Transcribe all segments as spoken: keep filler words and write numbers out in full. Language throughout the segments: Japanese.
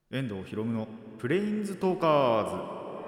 遠藤ひろむのプレインズトーカーズ。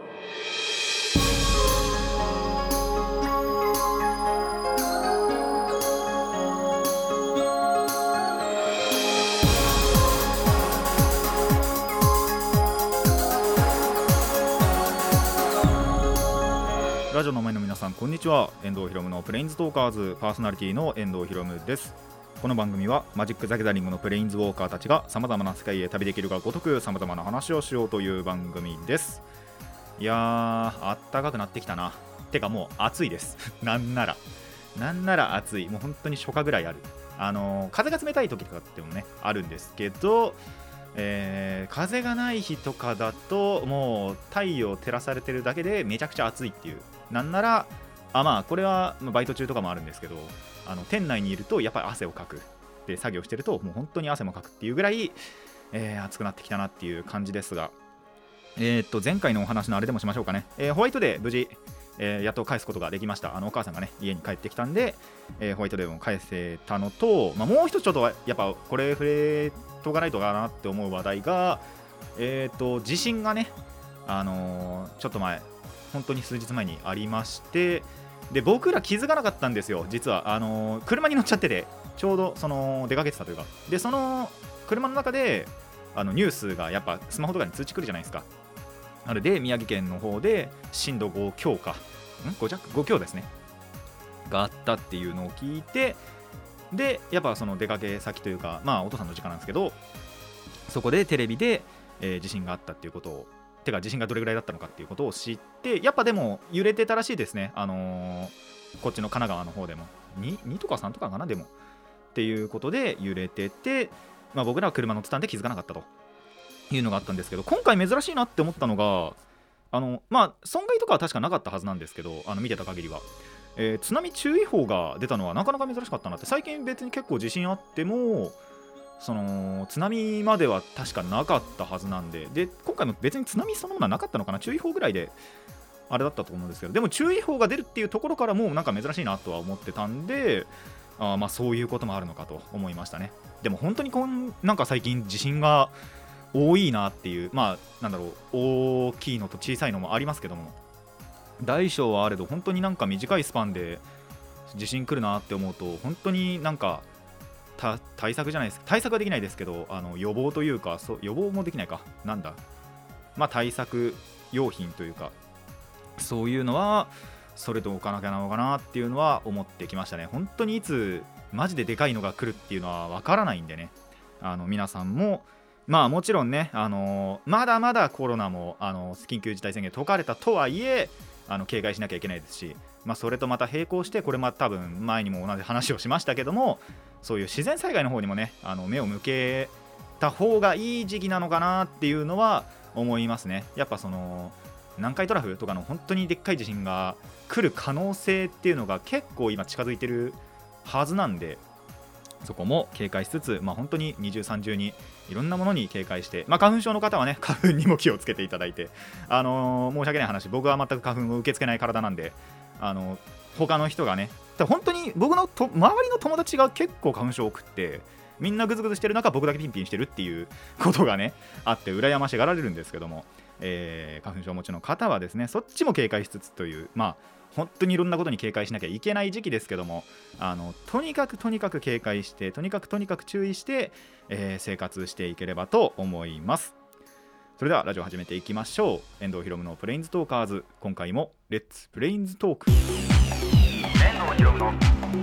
ラジオの前の皆さん、こんにちは。遠藤ひろむのプレインズトーカーズパーソナリティの遠藤ひろむです。この番組はマジック・ザ・ギャザリングのプレインズウォーカーたちがさまざまな世界へ旅できるがごとくさまざまな話をしようという番組です。いやー、あったかくなってきたな。てかもう暑いですなんならなんなら暑い。もう本当に初夏ぐらいある。あのー、風が冷たい時とかってもねあるんですけど、えー、風がない日とかだともう太陽照らされてるだけでめちゃくちゃ暑いっていう。なんならあまあこれはバイト中とかもあるんですけど、あの店内にいるとやっぱり汗をかくで、作業してるともう本当に汗もかくっていうぐらい、えー、暑くなってきたなっていう感じですが、えー、っと前回のお話のあれでもしましょうかね。えー、ホワイトデー無事、えー、やっと返すことができました。あのお母さんがね家に帰ってきたんで、えー、ホワイトデーも返せたのと、まあ、もう一つちょっとやっぱこれ触れとかないとかなって思う話題が、えー、っと地震がね、あのー、ちょっと前本当に数日前にありまして、で僕ら気づかなかったんですよ。実はあのー、車に乗っちゃってて、ちょうどその出かけてたというか、でその車の中であのニュースがやっぱスマホとかに通知来るじゃないですか。なので宮城県の方で震度ご強かん ご, 弱ご強ですねがあったっていうのを聞いて、でやっぱその出かけ先というか、まあお父さんの時間なんですけど、そこでテレビで、えー、地震があったっていうことを、てか地震がどれぐらいだったのかっていうことを知って、やっぱでも揺れてたらしいですね。あのー、こっちの神奈川の方でも 2, 2とかさんとかかな、でもっていうことで揺れてて、まあ、僕らは車乗ってたんで気づかなかったというのがあったんですけど、今回珍しいなって思ったのが、あのまあ損害とかは確かなかったはずなんですけど、あの見てた限りは、えー、津波注意報が出たのはなかなか珍しかったなって。最近別に結構地震あってもその津波までは確かなかったはずなんで、で今回も別に津波そのものはなかったのかな、注意報ぐらいであれだったと思うんですけど、でも注意報が出るっていうところからもうなんか珍しいなとは思ってたんで、あまあそういうこともあるのかと思いましたね。でも本当にこんなんか最近地震が多いなっていう、まあなんだろう、大きいのと小さいのもありますけども、大小はあれど本当になんか短いスパンで地震来るなって思うと、本当になんか対策じゃないですか、対策はできないですけど、あの予防というか、そ予防もできないか、なんだまあ対策用品というか、そういうのはそれと置かなきゃなのかなっていうのは思ってきましたね。本当にいつマジででかいのが来るっていうのはわからないんでね、あの皆さんもまあもちろんね、あのー、まだまだコロナも、あのー、緊急事態宣言解かれたとはいえ、あの警戒しなきゃいけないですし、まあ、それとまた並行して、これま多分前にも同じ話をしましたけども、そういう自然災害の方にもね、あの目を向けた方がいい時期なのかなっていうのは思いますね。やっぱその南海トラフとかの本当にでっかい地震が来る可能性っていうのが結構今近づいてるはずなんで、そこも警戒しつつ、まあ、本当に二重三重にいろんなものに警戒して、まあ、花粉症の方はね花粉にも気をつけていただいて、あのー、申し訳ない話、僕は全く花粉を受け付けない体なんで、あのー、他の人がね、本当に僕のと周りの友達が結構花粉症多くって、みんなグズグズしてる中僕だけピンピンしてるっていうことがねあって、羨ましがられるんですけども、えー、花粉症持ちの方はですね、そっちも警戒しつつという、まあ本当にいろんなことに警戒しなきゃいけない時期ですけども、あのとにかくとにかく警戒して、とにかくとにかく注意して、えー、生活していければと思います。それではラジオ始めていきましょう。遠藤ひろむのプレインズトーカーズ、今回もレッツプレインズトーク。遠藤ひろむの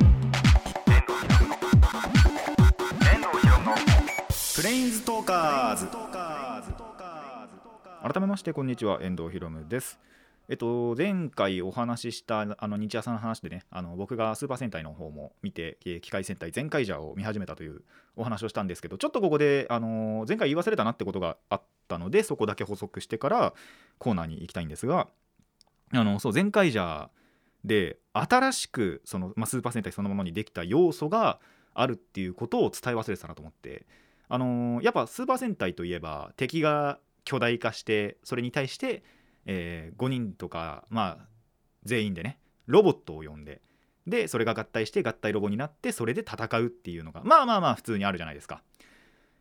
プレインズトーカーズ。改めましてこんにちは、遠藤ひろむです。えっと、前回お話ししたあの日朝の話でね、あの僕がスーパー戦隊の方も見て、機械戦隊ゼンカイジャーを見始めたというお話をしたんですけど、ちょっとここで、あの前回言い忘れたなってことがあったので、そこだけ補足してからコーナーに行きたいんですが、あのそうゼンカイジャーで新しくその、まあ、スーパー戦隊そのものにできた要素があるっていうことを伝え忘れてたなと思って、あのやっぱスーパー戦隊といえば敵が巨大化して、それに対してえー、ごにんとか、まあ、全員でねロボットを呼んで、でそれが合体して合体ロボになって、それで戦うっていうのがまあまあまあ普通にあるじゃないですか。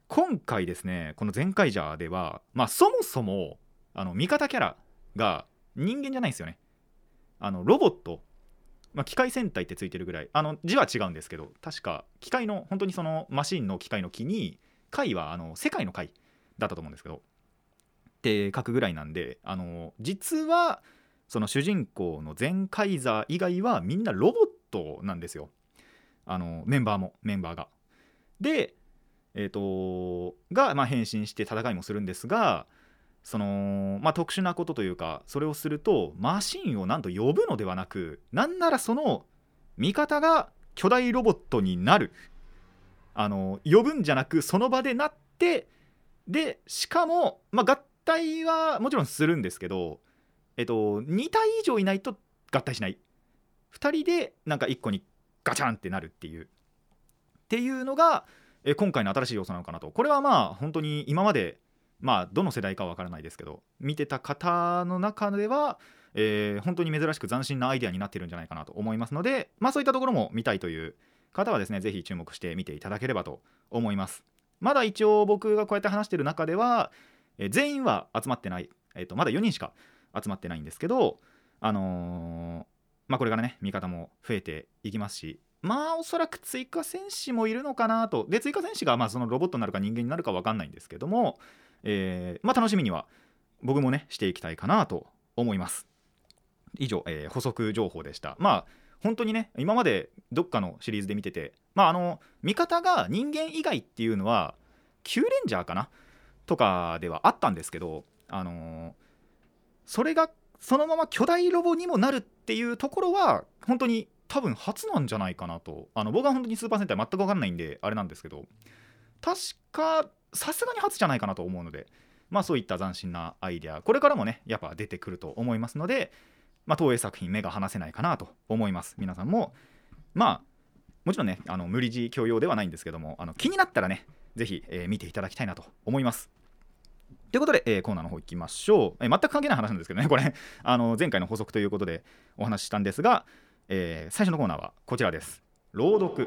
今回ですね、このゼンカイジャーでは、まあ、そもそもあの味方キャラが人間じゃないんですよね。あのロボット、まあ、機械戦隊ってついてるぐらい、あの字は違うんですけど、確か機械の本当にそのマシンの機械の機に械はあの世界の械だったと思うんですけどって書くぐらいなんで、あの実はその主人公のゼンカイザー以外はみんなロボットなんですよ。あのメンバーもメンバーがでえーとが、まあ、変身して戦いもするんですが、その、まあ、特殊なことというか、それをするとマシンをなんと呼ぶのではなく、なんならその味方が巨大ロボットになる、あの呼ぶんじゃなくその場でなって、でしかも、まあ、合体はもちろんするんですけど、えっと、に体以上いないと合体しない、ふたりでなんかいっこにガチャンってなるっていうっていうのがえ今回の新しい要素なのかなと。これはまあ本当に今まで、まあどの世代かは分からないですけど、見てた方の中では、えー本当に珍しく斬新なアイデアになっているんじゃないかなと思いますので、まあそういったところも見たいという方はですね、ぜひ注目して見ていただければと思います。まだ一応僕がこうやって話してる中では、えー全員は集まってない、えーとまだよにんしか集まってないんですけど、あのーまあこれからね味方も増えていきますし、まあおそらく追加戦士もいるのかなと。で追加戦士がまあそのロボットになるか人間になるか分かんないんですけども、えーまあ楽しみには僕もねしていきたいかなと思います。以上、えー補足情報でした。まあ本当にね、今までどっかのシリーズで見てて、まああの味方が人間以外っていうのはキューレンジャーかなとかではあったんですけど、あのーそれがそのまま巨大ロボにもなるっていうところは本当に多分初なんじゃないかなと。あの僕は本当にスーパー戦隊全く分かんないんであれなんですけど、確かさすがに初じゃないかなと思うので、まあそういった斬新なアイデアこれからもねやっぱ出てくると思いますので、まあ東映作品目が離せないかなと思います。皆さんもまあもちろんね、あの無理強い強要ではないんですけども、あの気になったらねぜひ、えー見ていただきたいなと思います。ということで、えーコーナーの方行きましょう。えー全く関係ない話なんですけどね、これあの前回の補足ということでお話ししたんですが、えー最初のコーナーはこちらです。朗読。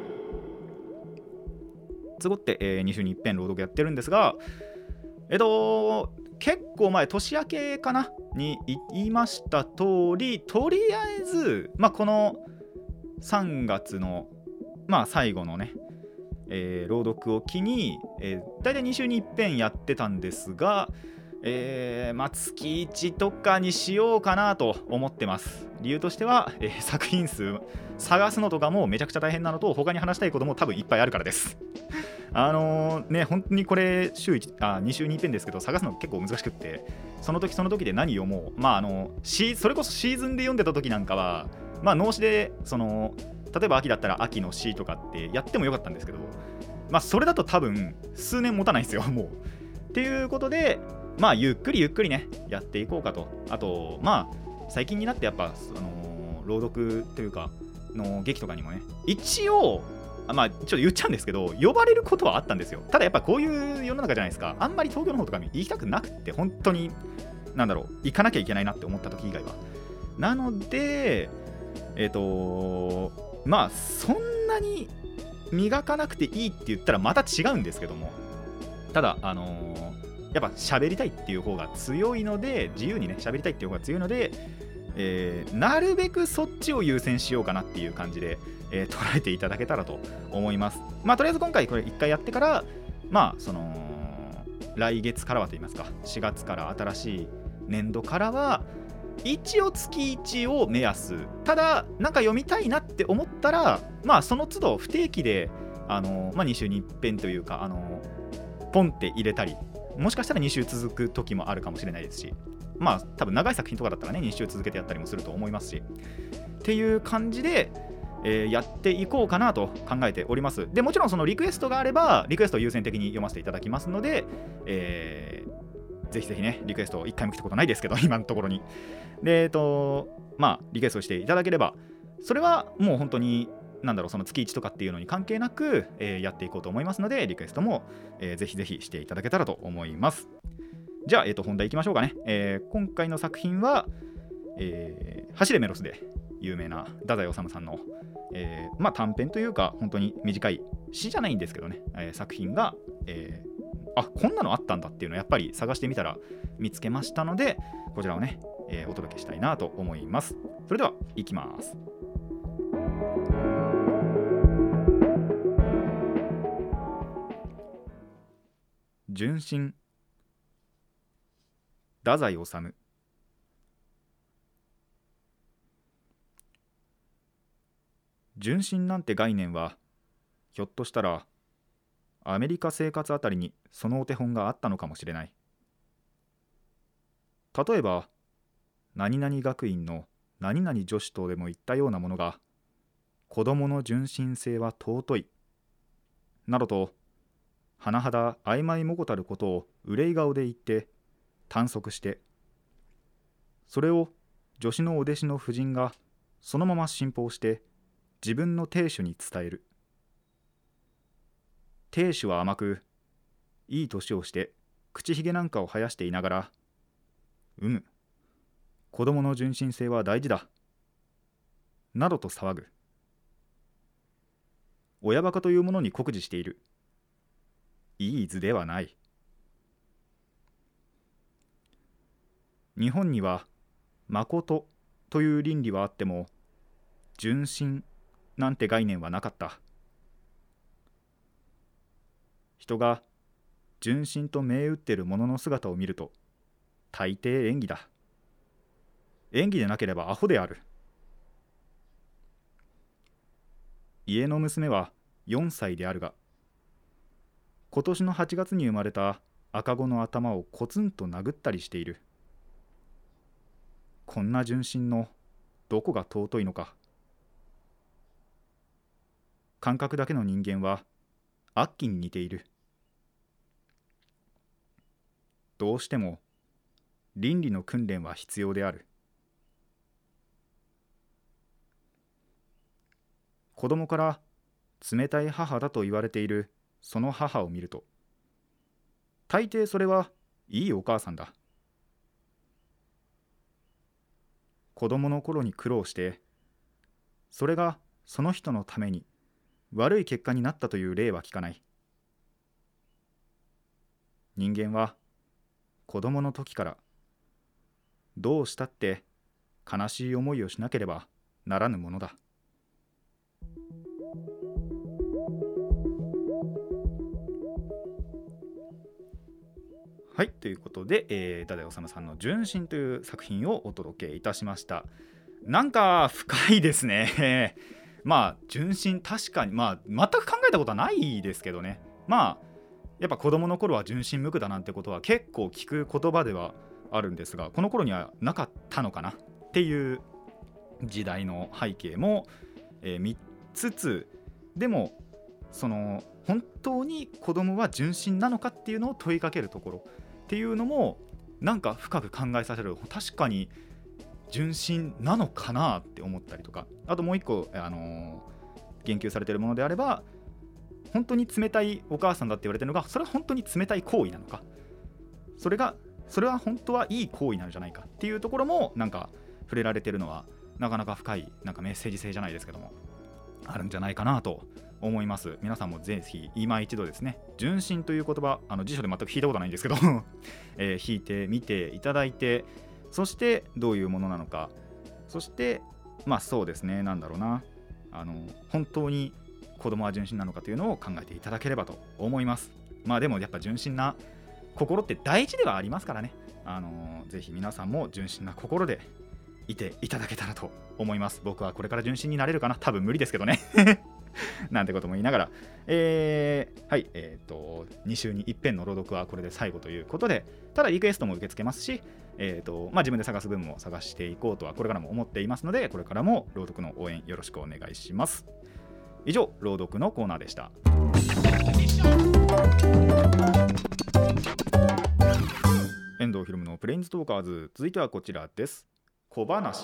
都合って、えーに週に一遍朗読やってるんですが、えっと結構前年明けかなに言いました通り、とりあえず、まあ、このさんがつの、まあ、最後のね、えー朗読を機に、えー、大体に週に一遍やってたんですが、えーまあ、月いちとかにしようかなと思ってます。理由としては、えー作品数探すのとかもめちゃくちゃ大変なのと、他に話したいことも多分いっぱいあるからです。あのーね本当にこれ週いちあに週に一遍ですけど、探すの結構難しくって、その時その時で何読もう、まああのシそれこそシーズンで読んでた時なんかは、まあ脳死でその例えば秋だったら秋の詩とかってやってもよかったんですけど、まあそれだと多分数年持たないんですよもう。っていうことで、まあゆっくりゆっくりねやっていこうかと。あとまあ最近になってやっぱ、あのー朗読というかの劇とかにもね一応まあちょっと言っちゃうんですけど呼ばれることはあったんですよ。ただやっぱこういう世の中じゃないですか。あんまり東京の方とかに行きたくなくて、本当になんだろう行かなきゃいけないなって思った時以外は。なのでえっ、とまあそんなに磨かなくていいって言ったらまた違うんですけども、ただあのーやっぱ喋りたいっていう方が強いので、自由にね喋りたいっていう方が強いので、えーなるべくそっちを優先しようかなっていう感じで、えー捉えていただけたらと思います。まあとりあえず今回これいっかいやってから、まあその来月からはと言いますか、しがつから新しい年度からは一応月いちを目安。ただなんか読みたいなって思ったら、まあその都度不定期であの、まあ、に週に一遍というか、あのポンって入れたり、もしかしたらに週続く時もあるかもしれないですし、まあ多分長い作品とかだったらねに週続けてやったりもすると思いますしっていう感じで、えーやっていこうかなと考えております。でもちろんそのリクエストがあればリクエストを優先的に読ませていただきますので、えーぜひぜひねリクエストいっかいも来たことないですけど今のところにでえっとまあリクエストしていただければ、それはもう本当になんだろうその月いちとかっていうのに関係なく、えーやっていこうと思いますので、リクエストも、えーぜひぜひしていただけたらと思います。じゃあ、えー、と本題いきましょうかね。えー今回の作品は、えー走れメロスで有名な太宰治さんの、えーまあ、短編というか本当に短い詩じゃないんですけどね、えー作品が、えーあこんなのあったんだっていうのをやっぱり探してみたら見つけましたので、こちらをね、えー、お届けしたいなと思います。それではいきます。純真、太宰治。純真なんて概念はひょっとしたらアメリカ生活あたりにそのお手本があったのかもしれない。例えば何々学院の何々女子とでも言ったようなものが、子供の純真性は尊いなどと甚だ曖昧もごたることを憂い顔で言って短足して、それを助手のお弟子の夫人がそのまま信奉して自分の亭主に伝える。亭主は甘く、いい年をして口ひげなんかを生やしていながら、うむ、子供の純真性は大事だなどと騒ぐ。親バカというものに酷似している。いい図ではない。日本には誠という倫理はあっても、純真なんて概念はなかった。人が純真と銘打っているものの姿を見ると、大抵演技だ。演技でなければアホである。家の娘はよんさいであるが、今年のはちがつに生まれた赤子の頭をコツンと殴ったりしている。こんな純真のどこが尊いのか。感覚だけの人間は悪鬼に似ている。どうしても倫理の訓練は必要である。子供から冷たい母だと言われているその母を見ると、大抵それはいいお母さんだ。子供の頃に苦労して、それがその人のために悪い結果になったという例は聞かない。人間は子供の時からどうしたって悲しい思いをしなければならぬものだ。はい、ということで、えー、太宰治さんの純真という作品をお届けいたしました。なんか深いですね。まあ純真、確かに、まあ全く考えたことはないですけどね。まあやっぱ子供の頃は純真無垢だなんてことは結構聞く言葉ではあるんですが、この頃にはなかったのかなっていう時代の背景も、えー、見つつ、でもその本当に子供は純真なのかっていうのを問いかけるところっていうのもなんか深く考えさせる。確かに純真なのかなって思ったりとか、あともう一個、あのー、言及されているものであれば、本当に冷たいお母さんだって言われてるのが、それは本当に冷たい行為なのか、それがそれは本当はいい行為なのじゃないかっていうところもなんか触れられてるのは、なかなか深いなんかメッセージ性じゃないですけどもあるんじゃないかなと思います。皆さんもぜひ今一度ですね、純真という言葉、あの辞書で全く引いたことないんですけど、えー、引いてみていただいて、そしてどういうものなのか、そしてまあそうですね、なんだろうな、あの本当に子供は純真なのかというのを考えていただければと思います。まあでもやっぱ純真な心って大事ではありますからね、あのぜひ皆さんも純真な心でいていただけたらと思います。僕はこれから純真になれるかな、多分無理ですけどねなんてことも言いながら、えー、はい、えーと、に週に一遍の朗読はこれで最後ということで、ただリクエストも受け付けますし、えーとまあ、自分で探す分も探していこうとはこれからも思っていますので、これからも朗読の応援よろしくお願いします。以上、朗読のコーナーでした。遠藤ひろむのプレインズトーカーズ、続いてはこちらです。小話。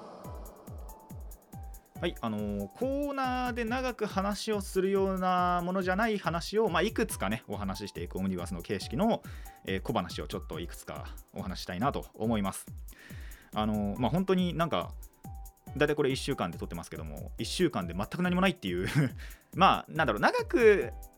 はい、あのー、コーナーで長く話をするようなものじゃない話を、まあ、いくつかねお話ししていくオムニバスの形式の、えー、小話をちょっといくつかお話ししたいなと思います。あのー、まあ本当になんかだいたいこれいっしゅうかんで撮ってますけども、いっしゅうかんで全く何もないっていうまあなんだろう、長く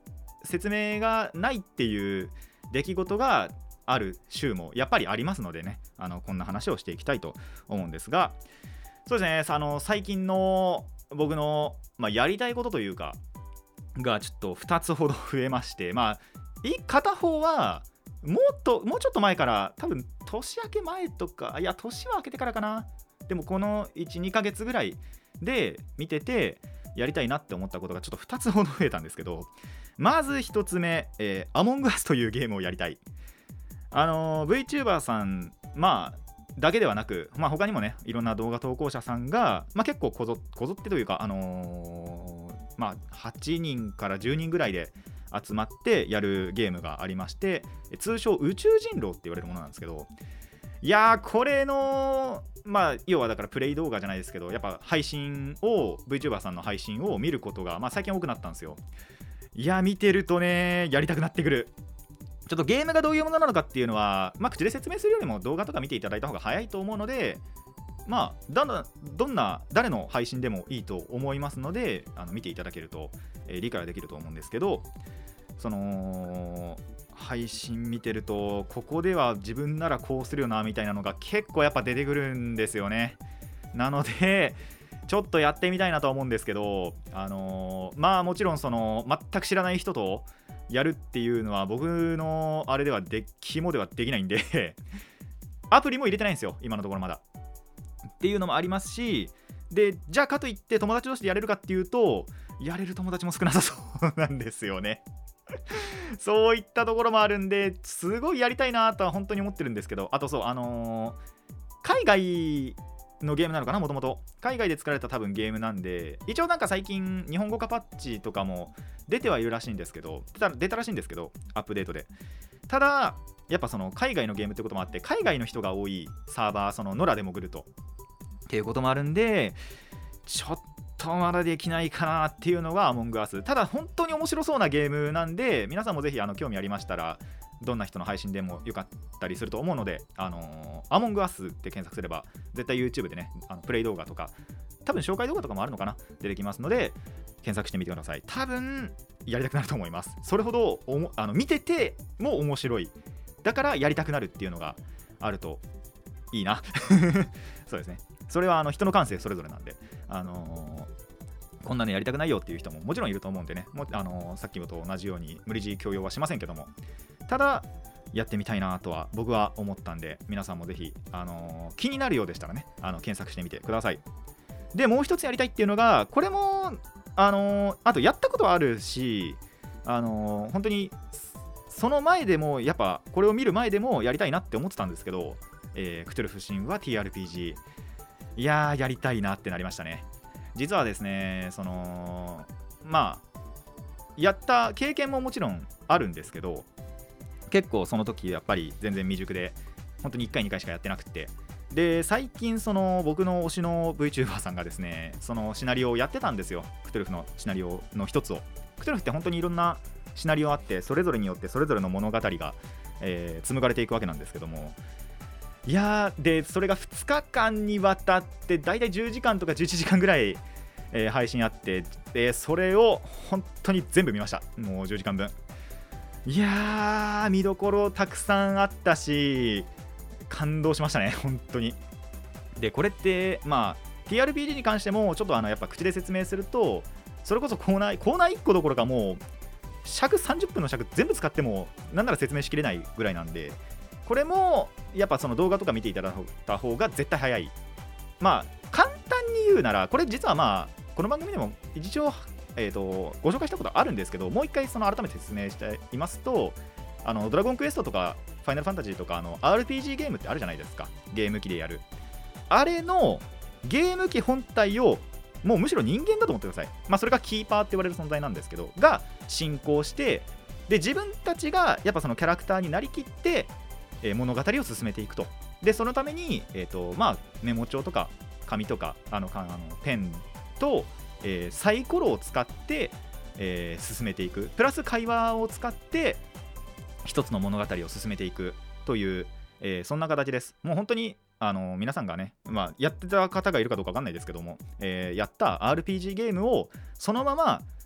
説明がないっていう出来事がある週もやっぱりありますのでね、あのこんな話をしていきたいと思うんですが、そうですね、あの最近の僕の、まあ、やりたいことというかがちょっとふたつほど増えまして、まあ片方はもっともうちょっと前から、多分年明け前とか、いや年は明けてからかな、でもこのいち、にかげつぐらいで見ててやりたいなって思ったことがちょっとふたつほど増えたんですけど、まずひとつめ、えー、アモングアスというゲームをやりたい。あのー、VTuber さん、まあだけではなく、まあ、他にもねいろんな動画投稿者さんが、まあ、結構こぞこぞってというか、あのー、まあはちにんからじゅうにんぐらいで集まってやるゲームがありまして、通称宇宙人狼って言われるものなんですけど、いやーこれのまあ要はだからプレイ動画じゃないですけど、やっぱ配信を VTuber さんの配信を見ることが、まあ、最近多くなったんですよ。いや見てるとねやりたくなってくる。ちょっとゲームがどういうものなのかっていうのは、まあ、口で説明するよりも動画とか見ていただいた方が早いと思うので、まあだんだんどんな誰の配信でもいいと思いますので、あの見ていただけると、えー、理解できると思うんですけど、その配信見てるとここでは自分ならこうするよなみたいなのが結構やっぱ出てくるんですよね。なのでちょっとやってみたいなとは思うんですけど、あのー、まあもちろんその全く知らない人とやるっていうのは僕のあれではで肝ではできないんでアプリも入れてないんですよ今のところまだっていうのもありますし、でじゃあかといって友達同士でやれるかっていうと、やれる友達も少なさそうなんですよねそういったところもあるんで、すごいやりたいなとは本当に思ってるんですけど、あとそうあのー、海外のゲームなのかな、もともと海外で作られた多分ゲームなんで、一応なんか最近日本語化パッチとかも出てはいるらしいんですけど、出た、出たらしいんですけどアップデートで。ただやっぱその海外のゲームってこともあって、海外の人が多いサーバー、その野良で潜るとっていうこともあるんで、ちょっとまだできないかなっていうのがアモングアス。ただ本当に面白そうなゲームなんで、皆さんもぜひあの興味ありましたら、どんな人の配信でもよかったりすると思うので、あのー、アモングアスって検索すれば絶対 YouTube でね、あのプレイ動画とか多分紹介動画とかもあるのかな、出てきますので検索してみてください。多分やりたくなると思います。それほどおもあの見てても面白い、だからやりたくなるっていうのがあるといいなそうですね、それはあの人の感性それぞれなんで、あのーこんなのやりたくないよっていう人ももちろんいると思うんでね、もあのー、さっきと同じように無理強い強要はしませんけども、ただやってみたいなとは僕は思ったんで、皆さんもぜひ、あのー、気になるようでしたらね、あの検索してみてください。でもう一つやりたいっていうのが、これもあのー、あとやったことはあるし、あのー、本当にその前でもやっぱこれを見る前でもやりたいなって思ってたんですけど、えー、クトゥルフ神話 ティーアールピージー、 いやーやりたいなってなりましたね。実はですね、そのまあやった経験ももちろんあるんですけど、結構その時やっぱり全然未熟で本当にいっかいにかいしかやってなくて、で最近その僕の推しの VTuber さんがですね、そのシナリオをやってたんですよ。クトゥルフのシナリオの一つを。クトゥルフって本当にいろんなシナリオあって、それぞれによってそれぞれの物語が、えー、紡がれていくわけなんですけども、いやーでそれがふつかかんにわたってだいたいじゅうじかんとかじゅういちじかんぐらい、えー、配信あって、でそれを本当に全部見ました。もうじゅうじかんぶん。いやー見どころたくさんあったし感動しましたね本当に。でこれってまあ ティーアールピージー に関してもちょっとあのやっぱ口で説明すると、それこそコーナーコーナーいっこどころかもう尺さんじゅっぷんの尺全部使ってもなんなら説明しきれないぐらいなんで、これもやっぱその動画とか見ていただいた方が絶対早い。まあ簡単に言うなら、これ実はまあこの番組でも一応、えー、とご紹介したことあるんですけど、もう一回その改めて説明していますと、あのドラゴンクエストとかファイナルファンタジーとかあの アールピージー ゲームってあるじゃないですか、ゲーム機でやる。あれのゲーム機本体をもうむしろ人間だと思ってください。まあそれがキーパーって言われる存在なんですけど、が進行して、で自分たちがやっぱそのキャラクターになりきってえー、物語を進めていくと。でそのために、えーとまあ、メモ帳とか紙とかあのかあのペンと、えー、サイコロを使って、えー、進めていく、プラス会話を使って一つの物語を進めていくという、えー、そんな形です。もう本当にあの皆さんがね、まあ、やってた方がいるかどうかわかんないですけども、えー、やった アールピージー ゲームをそのまま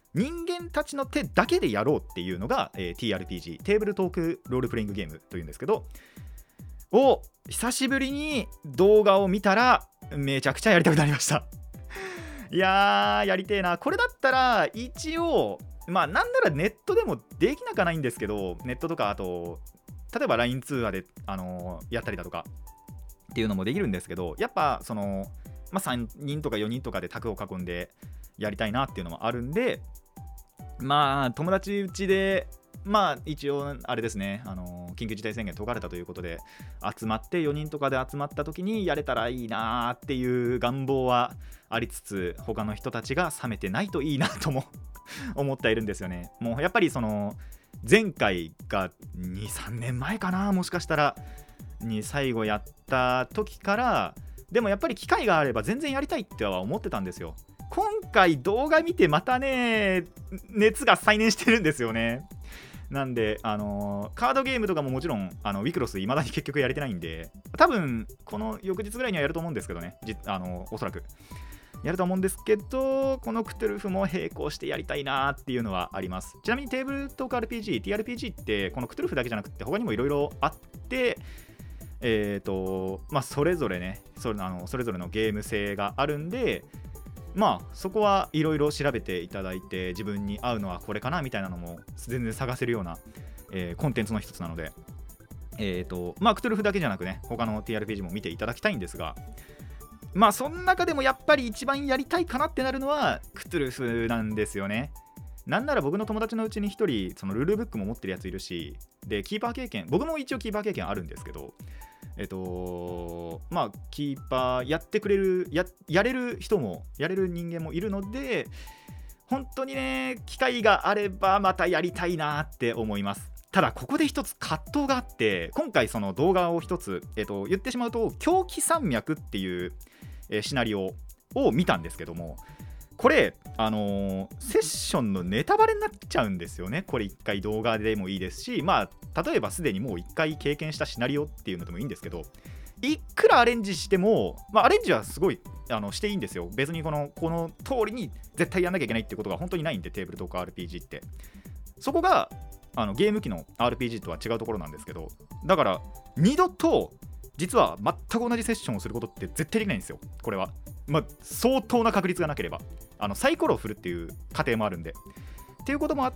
人間たちの手だけでやろうっていうのが、えー、ティーアールピージー テーブルトークロールプレイングゲームというんですけど、を久しぶりに動画を見たらめちゃくちゃやりたくなりましたいやーやりてえな。これだったら一応まあなんならネットでもできなかないんですけど、ネットとかあと例えば ライン 通話で、あのー、やったりだとかっていうのもできるんですけど、やっぱその、まあ、さんにんとかよにんとかで卓を囲んでやりたいなっていうのもあるんで、まあ友達うちでまあ一応あれですね、あのー、緊急事態宣言解かれたということで集まってよにんとかで集まった時にやれたらいいなっていう願望はありつつ、他の人たちが冷めてないといいなとも思っているんですよね。もうやっぱりその前回がにさんねんまえかな、もしかしたらに最後やった時から、でもやっぱり機会があれば全然やりたいっては思ってたんですよ。今回動画見てまたね熱が再燃してるんですよね。なんで、あのー、カードゲームとかももちろんあのウィクロス未だに結局やれてないんで、多分この翌日ぐらいにはやると思うんですけどね、じあのー、おそらくやると思うんですけど、このクトゥルフも並行してやりたいなっていうのはあります。ちなみにテーブルトーク アールピージー、ティーアールピージー ってこのクトゥルフだけじゃなくて他にもいろいろあって、えーとまあ、それぞれねそれ、あのそれぞれのゲーム性があるんで、まあそこはいろいろ調べていただいて、自分に合うのはこれかなみたいなのも全然探せるような、えー、コンテンツの一つなので、えーとまあクトゥルフだけじゃなくね、他の ティーアールピージー も見ていただきたいんですが、まあその中でもやっぱり一番やりたいかなってなるのはクトゥルフなんですよね。なんなら僕の友達のうちに一人そのルールブックも持ってるやついるし、でキーパー経験、僕も一応キーパー経験あるんですけど、えっとまあキーパーやってくれる や, やれる人もやれる人間もいるので、本当にね機会があればまたやりたいなって思います。ただここで一つ葛藤があって、今回その動画を一つ、えっと、言ってしまうと狂気山脈っていうえー、シナリオを見たんですけども、これ、あのー、セッションのネタバレになっちゃうんですよね。これ一回動画でもいいですし、まあ例えばすでにもう一回経験したシナリオっていうのでもいいんですけど、いくらアレンジしても、まあ、アレンジはすごいあのしていいんですよ。別にこのこの通りに絶対やんなきゃいけないってことが本当にないんで、テーブルトーク アールピージー って。そこがあのゲーム機の アールピージー とは違うところなんですけど、だから二度と実は全く同じセッションをすることって絶対できないんですよ、これは。まあ、相当な確率がなければ、あのサイコロを振るっていう過程もあるんで。っていうこともあって、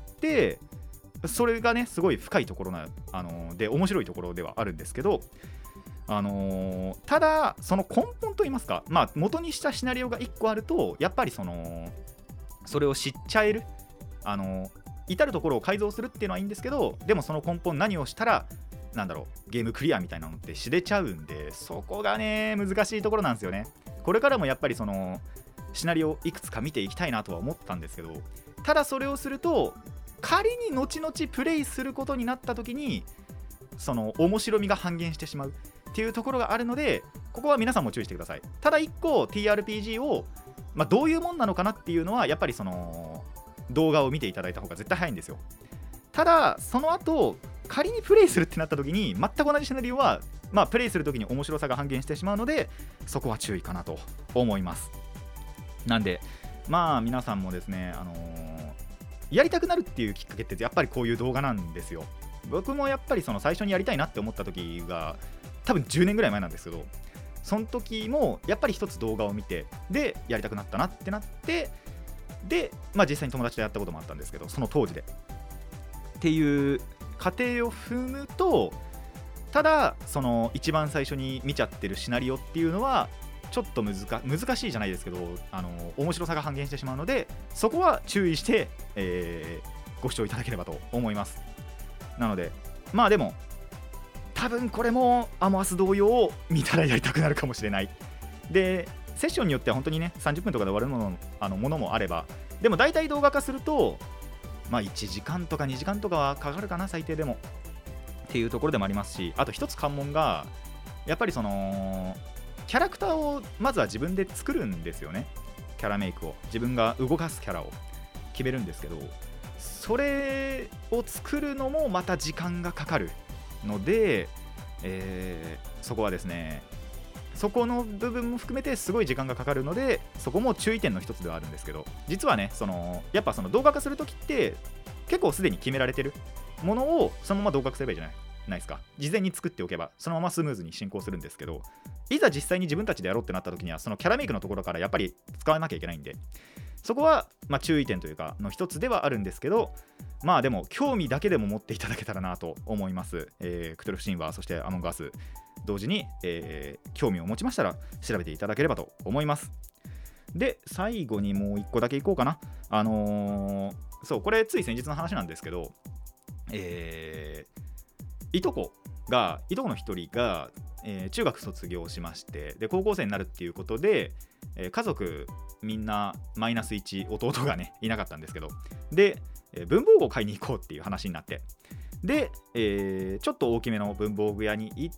それがね、すごい深いところな、あのー、で、面白いところではあるんですけど、あのー、ただ、その根本といいますか、まあ、元にしたシナリオがいっこあると、やっぱりその、それを知っちゃえる、あのー、至るところを改造するっていうのはいいんですけど、でもその根本何をしたら、なんだろうゲームクリアみたいなのって知れちゃうんで、そこがね難しいところなんですよね。これからもやっぱりそのシナリオいくつか見ていきたいなとは思ったんですけど、ただそれをすると仮に後々プレイすることになった時にその面白みが半減してしまうっていうところがあるので、ここは皆さんも注意してください。ただいっこ ティーアールピージー を、まあ、どういうもんなのかなっていうのはやっぱりその動画を見ていただいた方が絶対早いんですよ。ただその後仮にプレイするってなった時に全く同じシナリオは、まあ、プレイする時に面白さが半減してしまうので、そこは注意かなと思います。なんでまあ皆さんもですね、あのー、やりたくなるっていうきっかけってやっぱりこういう動画なんですよ。僕もやっぱりその最初にやりたいなって思った時が多分じゅうねんぐらい前なんですけど、その時もやっぱり一つ動画を見て、でやりたくなったなってなって、で、まあ、実際に友達とやったこともあったんですけど、その当時でっていう過程を踏むと、ただその一番最初に見ちゃってるシナリオっていうのはちょっと難難しいじゃないですけど、あの面白さが半減してしまうので、そこは注意して、えー、ご視聴いただければと思います。なのでまあでも多分これもアモアス同様見たらやりたくなるかもしれない。でセッションによっては本当にねさんじゅっぷんとかで終わるもの、あのものもあれば、でも大体動画化するとまあいちじかんとかにじかんとかはかかるかな、最低でもっていうところでもありますし、あと一つ関門がやっぱりそのキャラクターをまずは自分で作るんですよね。キャラメイクを自分が動かすキャラを決めるんですけど、それを作るのもまた時間がかかるので、えー、そこはですねそこの部分も含めてすごい時間がかかるので、そこも注意点の一つではあるんですけど、実はねそのやっぱその動画化するときって結構すでに決められてるものをそのまま動画化すればいいじゃないないですか。事前に作っておけばそのままスムーズに進行するんですけど、いざ実際に自分たちでやろうってなった時にはそのキャラメイクのところからやっぱり使わなきゃいけないんで、そこはまあ注意点というかの一つではあるんですけど、まあでも興味だけでも持っていただけたらなと思います。えー、クトゥルフ神話そしてアモンガース同時に、えー、興味を持ちましたら調べていただければと思います。で最後にもう一個だけいこうかな。あのー、そうこれつい先日の話なんですけど、えー、いとこがいとこの一人が、えー、中学卒業しまして、で高校生になるっていうことで、えー、家族みんなマイナスいち、弟がねいなかったんですけど、で、えー、文房具を買いに行こうっていう話になって、で、えー、ちょっと大きめの文房具屋に行って、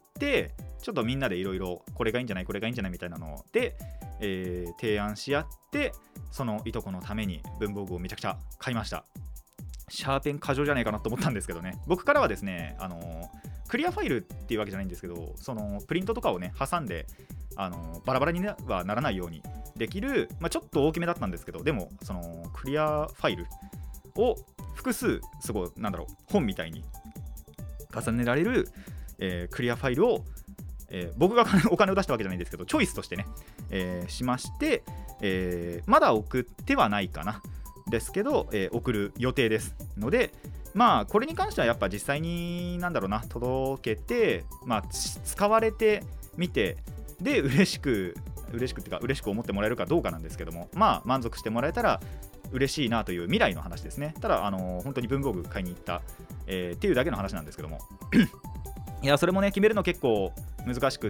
ちょっとみんなでいろいろこれがいいんじゃないこれがいいんじゃないみたいなので、えー、提案し合って、そのいとこのために文房具をめちゃくちゃ買いました。シャーペン過剰じゃないかなと思ったんですけどね、僕からはですね、あのー、クリアファイルっていうわけじゃないんですけど、そのプリントとかをね挟んで、あのー、バラバラにはならないようにできる、まあ、ちょっと大きめだったんですけど、でもそのクリアファイルを複数すごいなんだろう本みたいに重ねられる、えー、クリアファイルを、えー、僕がお金を出したわけじゃないんですけどチョイスとしてね、えー、しまして、えー、まだ送ってはないかなですけど、えー、送る予定ですので、まあこれに関してはやっぱ実際になんだろうな届けて、まあ使われてみて、で嬉しく嬉しくっていうか嬉しく思ってもらえるかどうかなんですけども、まあ満足してもらえたら嬉しいなという未来の話ですね。ただあのー、本当に文房具買いに行った、えー、っていうだけの話なんですけどもいやそれもね決めるの結構難しくって、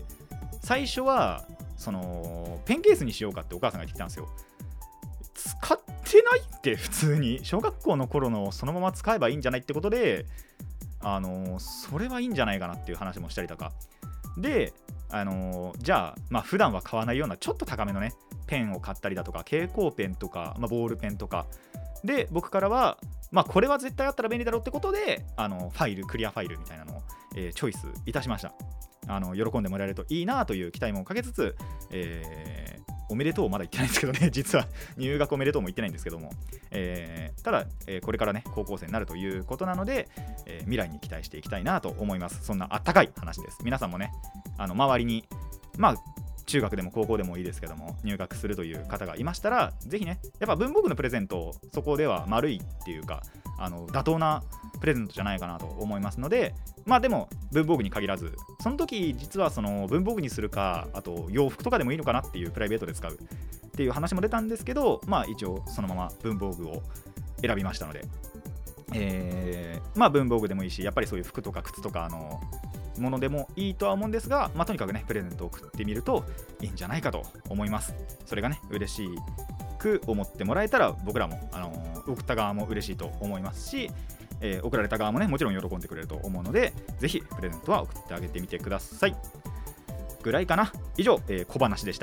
最初はそのペンケースにしようかってお母さんが言ってきたんですよ。使ってないって普通に小学校の頃のそのまま使えばいいんじゃないってことで、あのー、それはいいんじゃないかなっていう話もしたりとかで、あのー、じゃあまあ普段は買わないようなちょっと高めのねペンを買ったりだとか蛍光ペンとか、まあ、ボールペンとかで、僕からはまあこれは絶対あったら便利だろうってことで、あのファイルクリアファイルみたいなのを、えー、チョイスいたしました。あの喜んでもらえるといいなという期待もかけつつ、えー、おめでとうまだ言ってないんですけどね実は入学おめでとうも言ってないんですけども、えー、ただ、えー、これからね高校生になるということなので、えー、未来に期待していきたいなと思います。そんなあったかい話です。皆さんもねあの周りにまあ中学でも高校でもいいですけども入学するという方がいましたら、ぜひねやっぱ文房具のプレゼントそこでは丸いっていうかあの妥当なプレゼントじゃないかなと思いますので、まあでも文房具に限らずその時実はその文房具にするかあと洋服とかでもいいのかなっていうプライベートで使うっていう話も出たんですけど、まあ一応そのまま文房具を選びましたので、えー、まあ文房具でもいいしやっぱりそういう服とか靴とかあのものでもいいとは思うんですが、まあとにかくねプレゼントを送ってみるといいんじゃないかと思います。それがね嬉しく思ってもらえたら僕らも、あのー、送った側も嬉しいと思いますし、えー、送られた側もねもちろん喜んでくれると思うので、ぜひプレゼントは送ってあげてみてくださいぐらいかな。以上、えー、小話でした。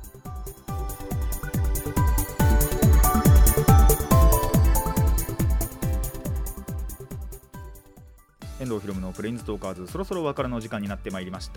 遠藤ひろむのプレインズトーカーズ、そろそろお別れの時間になってまいりました。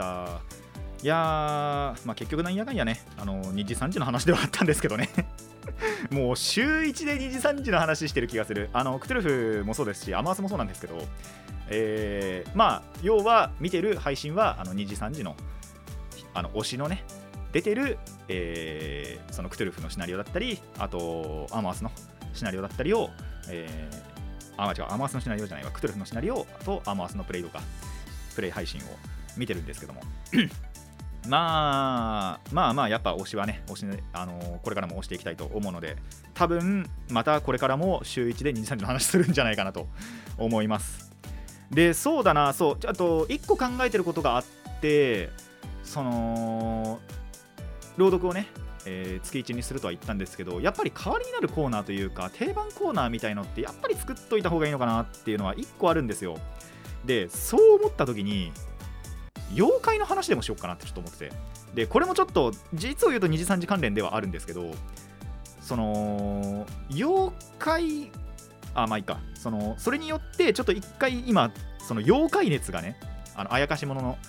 いやー、まあ、結局なんやかんやねあのにじさんじの話ではあったんですけどねもう週いちでにじさんじの話してる気がする。あのクトゥルフもそうですしアマースもそうなんですけど、えー、まあ要は見てる配信はあのにじさんじのあの推しのね出てる、えー、そのクトゥルフのシナリオだったり、あとアマースのシナリオだったりを、えー、あ違うアマースのシナリオじゃないわクトゥルフのシナリオとアマースのプレイとかプレイ配信を見てるんですけどもまあまあまあやっぱ推しはね推し、ねあのー、これからも推していきたいと思うので、多分またこれからも週いちでにじさんじの話するんじゃないかなと思います。でそうだなそうあといっこ考えてることがあって、その朗読をね、えー、月いちにするとは言ったんですけど、やっぱり代わりになるコーナーというか定番コーナーみたいのってやっぱり作っといた方がいいのかなっていうのはいっこあるんですよ。でそう思った時に妖怪の話でもしようかなってちょっと思ってて、でこれもちょっと実を言うとにじさんじ関連ではあるんですけど、その妖怪あまあいいかそのそれによってちょっと一回今その妖怪熱がねあのあやかし者の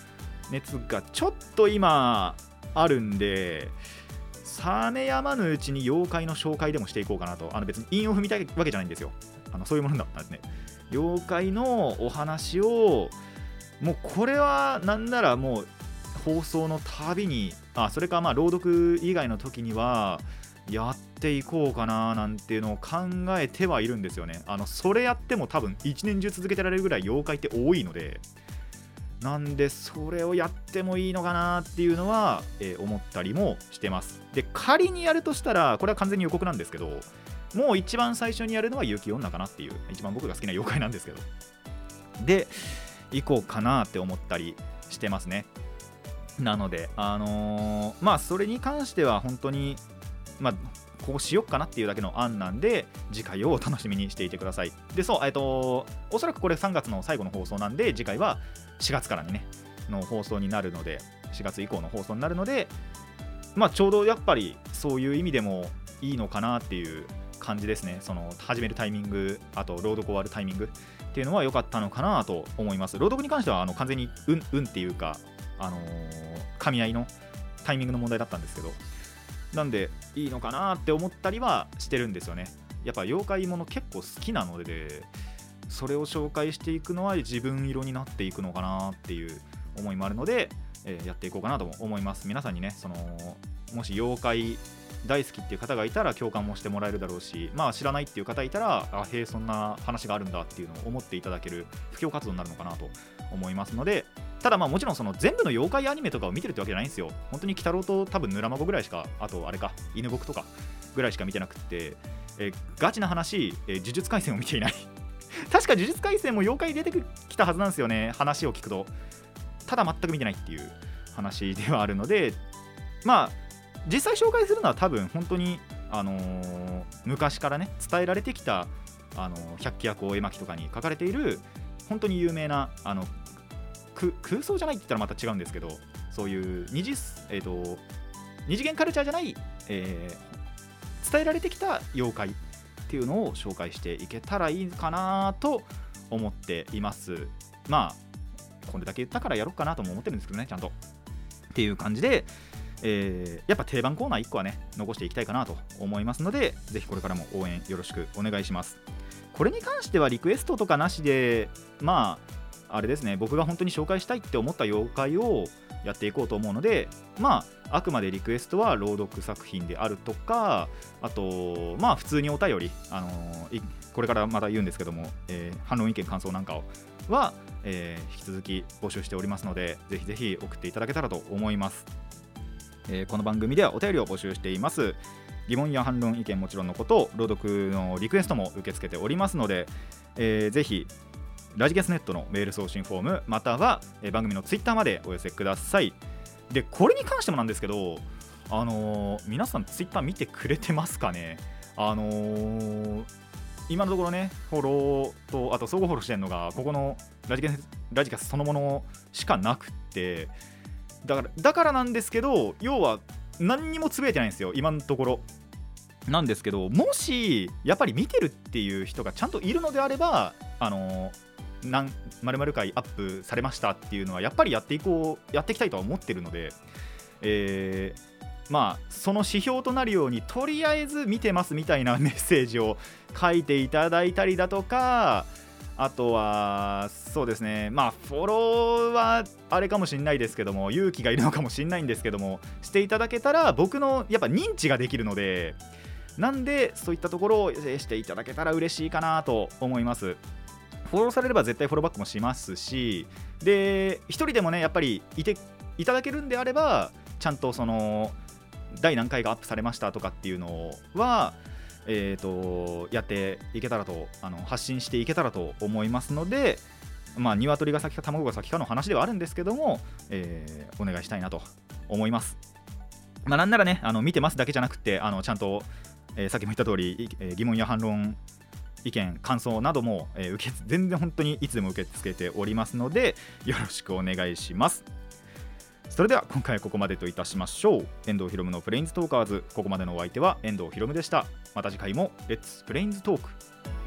熱がちょっと今あるんで、冷めやまぬうちに妖怪の紹介でもしていこうかなと。あの別に韻を踏みたいわけじゃないんですよ。あのそういうものだったんですね。妖怪のお話をもうこれはなんならもう放送のたびに、あそれかまあ朗読以外の時にはやっていこうかななんていうのを考えてはいるんですよね。あのそれやっても多分一年中続けてられるぐらい妖怪って多いので、なんでそれをやってもいいのかなっていうのは、えー思ったりもしてます。で仮にやるとしたら、これは完全に予告なんですけど、もう一番最初にやるのは雪女かなっていう、一番僕が好きな妖怪なんですけど、で行こうかなって思ったりしてますね。なのであのーまあそれに関しては本当にまあこうしよっかなっていうだけの案なんで、次回を楽しみにしていてください。でそう、えっとおそらくこれさんがつの最後の放送なんで、次回はしがつからにねの放送になるので、しがつ以降の放送になるので、まあちょうどやっぱりそういう意味でもいいのかなっていう感じですね。その始めるタイミング、あと朗読終わるタイミングっていうのは良かったのかなと思います。朗読に関してはあの完全に運運っていうか、あのー、噛み合いのタイミングの問題だったんですけど、なんでいいのかなって思ったりはしてるんですよね。やっぱ妖怪もの結構好きなので、それを紹介していくのは自分色になっていくのかなっていう思いもあるので、えーやっていこうかなとも思います。皆さんにね、そのもし妖怪大好きっていう方がいたら共感もしてもらえるだろうし、まあ知らないっていう方いたら、あへえそんな話があるんだっていうのを思っていただける布教活動になるのかなと思いますので、ただまあもちろんその全部の妖怪アニメとかを見てるってわけじゃないんですよ。本当に鬼太郎と多分ぬらまごぐらいしか、あとあれか犬僕とかぐらいしか見てなくって、えーガチな話、えー呪術廻戦を見ていない確か呪術廻戦も妖怪出てきたはずなんですよね、話を聞くと。ただ全く見てないっていう話ではあるので、まあ実際紹介するのは多分本当に、あのー昔からね伝えられてきた、あのー百鬼夜行絵巻とかに書かれている本当に有名な、あのく空想じゃないって言ったらまた違うんですけど、そういう二次、えーと、二次元カルチャーじゃない、えー伝えられてきた妖怪っていうのを紹介していけたらいいかなと思っています。まあこれだけ言ったからやろうかなとも思ってるんですけどね、ちゃんとっていう感じで、えーやっぱ定番コーナーいっこはね残していきたいかなと思いますので、ぜひこれからも応援よろしくお願いします。これに関してはリクエストとかなしで、まああれですね、僕が本当に紹介したいって思った妖怪をやっていこうと思うので、まああくまでリクエストは朗読作品であるとか、あとまあ普通にお便り、あのーいこれからまた言うんですけども、えー反論意見感想なんかをは、えー引き続き募集しておりますので、ぜひぜひ送っていただけたらと思います。えーこの番組ではお便りを募集しています。疑問や反論意見もちろんのこと、朗読のリクエストも受け付けておりますので、えーぜひラジキャスネットのメール送信フォーム、または、えー番組のツイッターまでお寄せください。でこれに関してもなんですけど、あのー皆さんツイッター見てくれてますかね。あのー今のところね、フォローとあと相互フォローしてるのがここのラジキャスラジキャスそのものしかなくって、だからだからなんですけど、要は何にもつぶやいてないんですよ今のところなんですけど、もしやっぱり見てるっていう人がちゃんといるのであれば、あのなん〇〇回アップされましたっていうのはやっぱりやっていこうやっていきたいとは思ってるので、えーまあその指標となるようにとりあえず見てますみたいなメッセージを書いていただいたりだとか、あとはそうですね、まあフォローはあれかもしれないですけども、勇気がいるのかもしれないんですけども、していただけたら僕のやっぱ認知ができるので、なんでそういったところをしていただけたら嬉しいかなと思います。フォローされれば絶対フォローバックもしますし、で一人でもねやっぱりいていただけるんであれば、ちゃんとその第何回がアップされましたとかっていうのは、えー、とやっていけたらと、あの発信していけたらと思いますので、まあ鶏が先か卵が先かの話ではあるんですけども、えーお願いしたいなと思います。まあなんならね、あの見てますだけじゃなくて、あのちゃんと、えーさっきも言った通り、えー疑問や反論意見感想なども、えー受け全然本当にいつでも受け付けておりますので、よろしくお願いします。それでは今回はここまでといたしましょう。遠藤ひろむのプレインズトーカーズ、ここまでのお相手は遠藤ひろむでした。また次回もレッツプレインズトーク。